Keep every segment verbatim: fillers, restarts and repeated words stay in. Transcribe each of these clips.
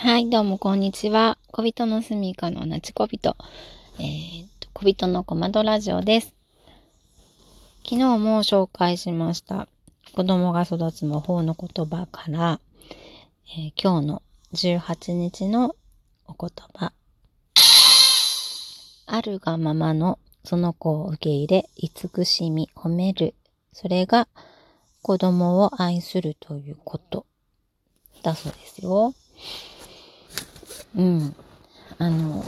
はい、どうもこんにちは。小人の住みかのなち小人。えー、と、小人のコマドラジオです。昨日も紹介しました。子供が育つ魔法の言葉から、えー今日のじゅうはちにちのお言葉。あるがままのその子を受け入れ、慈しみ、褒める。それが子供を愛するということだそうですよ。うん。あの、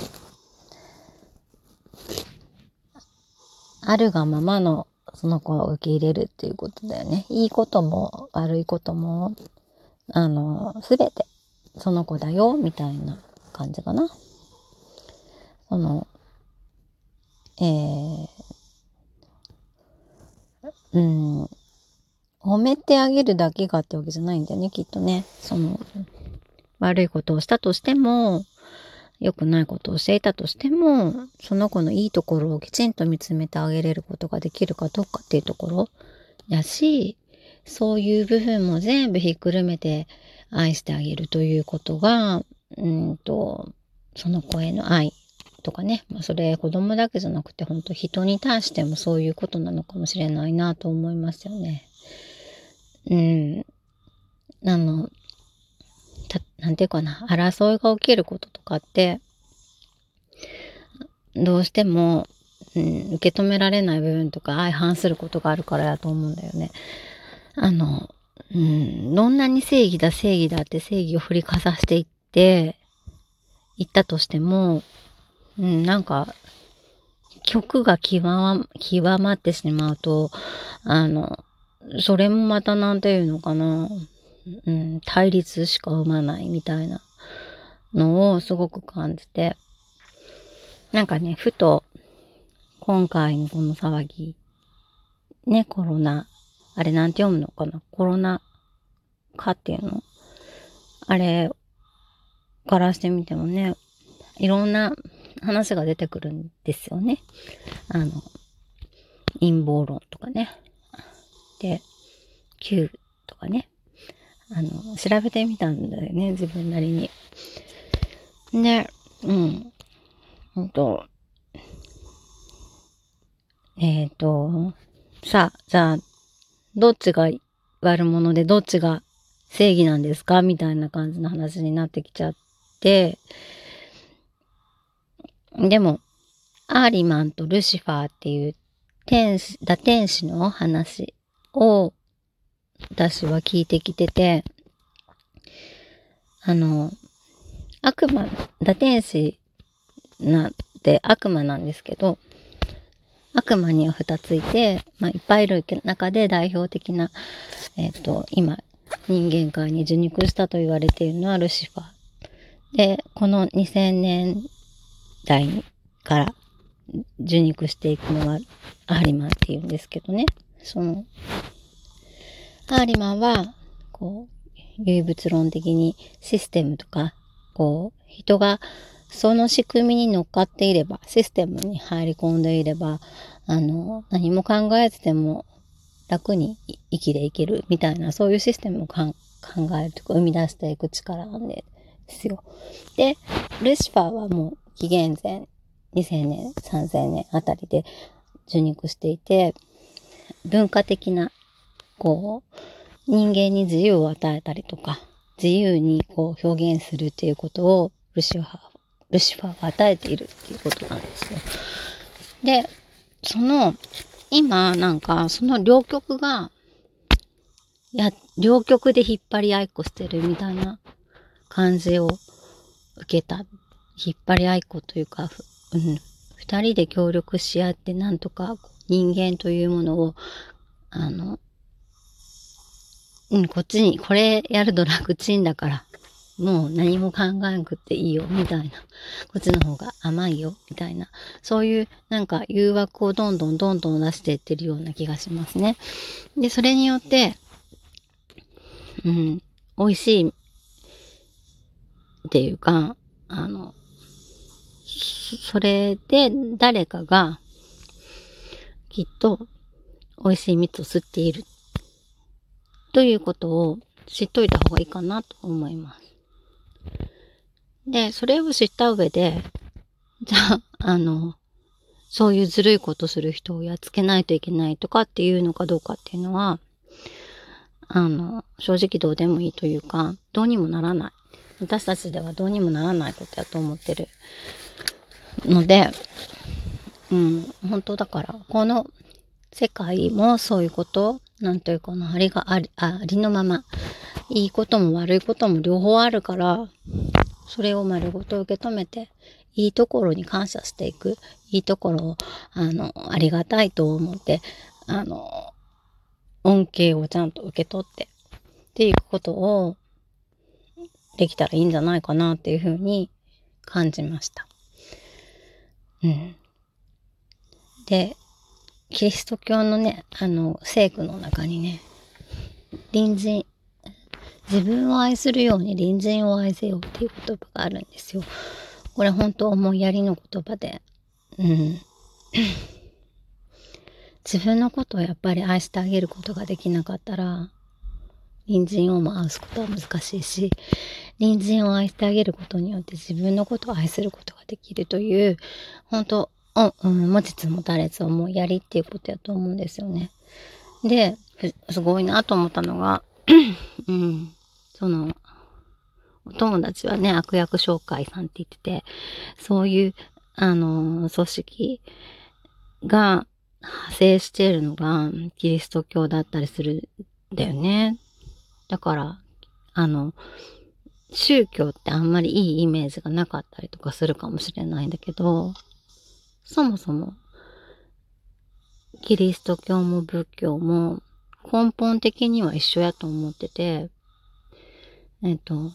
あるがままのその子を受け入れるっていうことだよね。いいことも悪いことも、あの、すべてその子だよ、みたいな感じかな。その、えー、うん、褒めてあげるだけがってわけじゃないんだよね、きっとね。その、悪いことをしたとしても、良くないことをしていたとしても、その子のいいところをきちんと見つめてあげれることができるかどうかっていうところやし、そういう部分も全部ひっくるめて愛してあげるということが、うんと、その子への愛とかね、まあ、それ子供だけじゃなくて本当人に対してもそういうことなのかもしれないなと思いますよね。うん。あの、た、なんていうかな、争いが起きることとかって、どうしても、うん、受け止められない部分とか相反することがあるからだと思うんだよね。あの、うん、どんなに正義だ正義だって正義を振りかざしていって、言ったとしても、うん、なんか、曲が極ま、極まってしまうと、あの、それもまたなんていうのかな、うん、対立しか生まないみたいなのをすごく感じて、なんかね、ふと、今回のこの騒ぎ、ね、コロナ、あれなんて読むのかな、コロナ禍っていうのあれからしてみてもね、いろんな話が出てくるんですよね。あの、陰謀論とかね。で、Q とかね。あの、調べてみたんだよね、自分なりに。で、うん。ほんと、えっと、さあ、じゃあ、どっちが悪者でどっちが正義なんですかみたいな感じの話になってきちゃって、でも、アーリマンとルシファーっていう天使、堕天使の話を私は聞いてきてて、あの、悪魔、堕天使なんて悪魔なんですけど、悪魔には二ついて、まあ、いっぱいいる中で代表的な、えっと、今、人間界に受肉したと言われているのはルシファー。で、このにせんねんだいから受肉していくのはアーリマンって言うんですけどね。その、アーリマンは、こう、唯物論的にシステムとか、こう、人がその仕組みに乗っかっていれば、システムに入り込んでいれば、あの、何も考えてても楽に生きていけるみたいな、そういうシステムをかん考えるとか生み出していく力なんですよ。で、ルシファーはもう紀元前にせんねん、さんぜんねんあたりで受肉していて、文化的な、こう、人間に自由を与えたりとか、自由にこう表現するっていうことをルシファー、ルシファーが与えているっていうことなんですよ。で、その、今なんかその両極が、や、両極で引っ張り合いっこしてるみたいな感じを受けた。引っ張り合いっこというか、うん、二人で協力し合ってなんとか人間というものを、あの、うん、こっちに、これやると楽ちんだから、もう何も考えなくていいよ、みたいな。こっちの方が甘いよ、みたいな。そういう、なんか誘惑をどんどんどんどん出していってるような気がしますね。で、それによって、うん、美味しいっていうか、あの、それで誰かが、きっと美味しい蜜を吸っている。ということを知っといた方がいいかなと思います。 で、それを知った上で、じゃあ、あの、そういうずるいことする人をやっつけないといけないとかっていうのかどうかっていうのは、あの、正直どうでもいいというか、どうにもならない。私たちではどうにもならないことやと思ってるので、うん、本当だから、この世界もそういうこと、なんというかな、ありがあり、ありのまま、いいことも悪いことも両方あるから、それを丸ごと受け止めて、いいところに感謝していく、いいところを、あの、ありがたいと思って、あの、恩恵をちゃんと受け取って、っていうことをできたらいいんじゃないかなっていうふうに感じました。うん。で、キリスト教のね、あの、聖句の中にね、隣人、自分を愛するように隣人を愛せよっていう言葉があるんですよ。これ本当思いやりの言葉で、うん。自分のことをやっぱり愛してあげることができなかったら、隣人をも愛すことは難しいし、隣人を愛してあげることによって自分のことを愛することができるという、本当お、うん、持ちつ持たれつ思いやりっていうことやと思うんですよね。で、すごいなと思ったのが、うん、その、お友達はね、悪役紹介さんって言ってて、そういう、あの、組織が派生しているのがキリスト教だったりするんだよね。だから、あの、宗教ってあんまりいいイメージがなかったりとかするかもしれないんだけど、そもそも、キリスト教も仏教も根本的には一緒やと思ってて、えっと、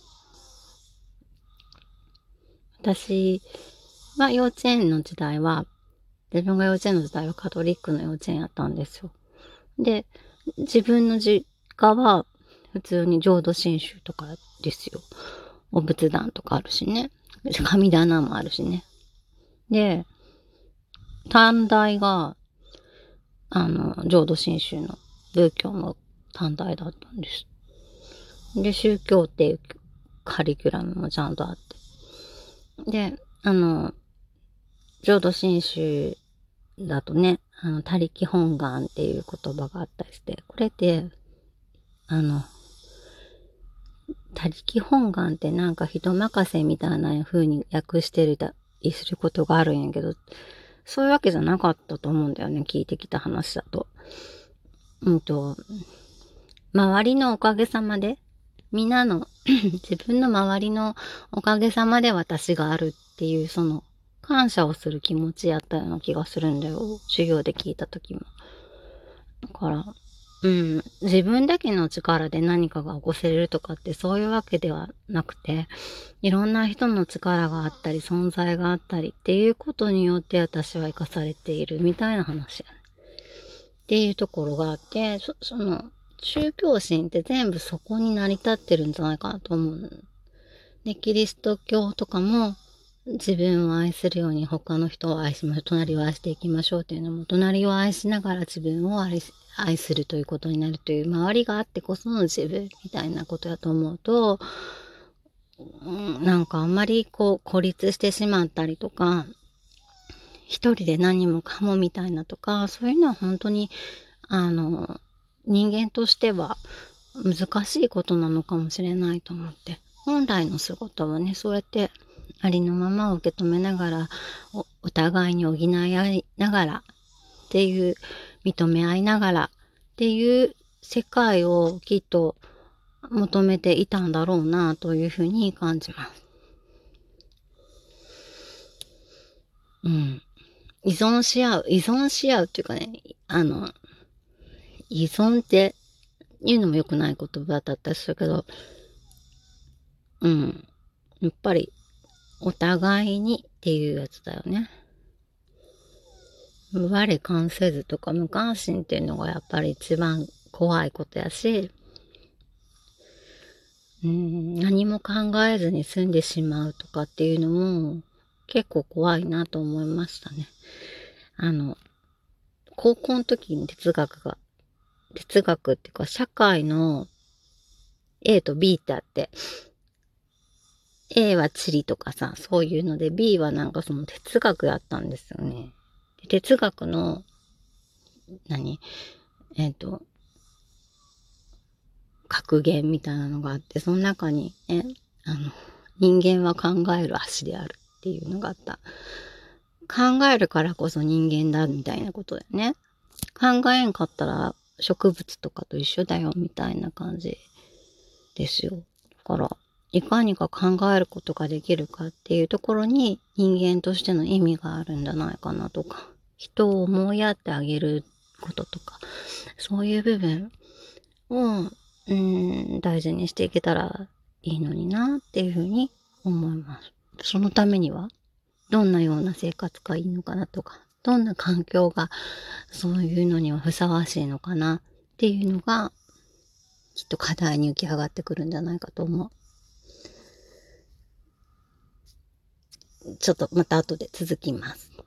私は幼稚園の時代は、自分が幼稚園の時代はカトリックの幼稚園やったんですよ。で、自分の実家は普通に浄土真宗とかですよ。お仏壇とかあるしね。神棚もあるしね。で、短大が、あの、浄土真宗の仏教の短大だったんです。で、宗教っていうカリキュラムもちゃんとあって。で、あの、浄土真宗だとね、あの、他力本願っていう言葉があったりして、これって、あの、他力本願ってなんか人任せみたいな風に訳してるたりすることがあるんやけど、そういうわけじゃなかったと思うんだよね、聞いてきた話だと。うんと、周りのおかげさまで、みんなの自分の周りのおかげさまで私があるっていう、その、感謝をする気持ちやったような気がするんだよ。授業で聞いた時も。だから、うん、自分だけの力で何かが起こせれるとかってそういうわけではなくて、いろんな人の力があったり、存在があったりっていうことによって私は生かされているみたいな話やね。っていうところがあって、そ、その、宗教心って全部そこに成り立ってるんじゃないかなと思う。で、キリスト教とかも、自分を愛するように他の人を愛しましょう。隣を愛していきましょうっていうのも、隣を愛しながら自分を愛し愛するということになるという周りがあってこその自分みたいなことだと思うと、うん、なんかあんまりこう孤立してしまったりとか、一人で何もかもみたいなとか、そういうのは本当に、あの、人間としては難しいことなのかもしれないと思って。本来の姿はね、そうやってありのままを受け止めながら、お、お互いに補い合いながらっていう、認め合いながらっていう世界をきっと求めていたんだろうなというふうに感じます。うん。依存し合う、依存し合うっていうかね、あの、依存って言うのも良くない言葉だったりするけど、うん。やっぱり、お互いにっていうやつだよね。我関せずとか無関心っていうのがやっぱり一番怖いことやし、うん、何も考えずに済んでしまうとかっていうのも結構怖いなと思いましたね。あの、高校の時に哲学が、哲学っていうか社会の A と B ってあって、 A は地理とかさ、そういうので、B はなんかその哲学だったんですよね。で哲学の、何えっ、と、格言みたいなのがあって、その中にね、あの、人間は考える足であるっていうのがあった。考えるからこそ人間だみたいなことだよね。考えんかったら植物とかと一緒だよみたいな感じですよ。だから、いかにか考えることができるかっていうところに人間としての意味があるんじゃないかなとか、人を思いやってあげることとか、そういう部分を、うーん、大事にしていけたらいいのになっていうふうに思います。そのためには、どんなような生活がいいのかなとか、どんな環境がそういうのにはふさわしいのかなっていうのが、きっと課題に浮き上がってくるんじゃないかと思う。ちょっとまた後で続きます。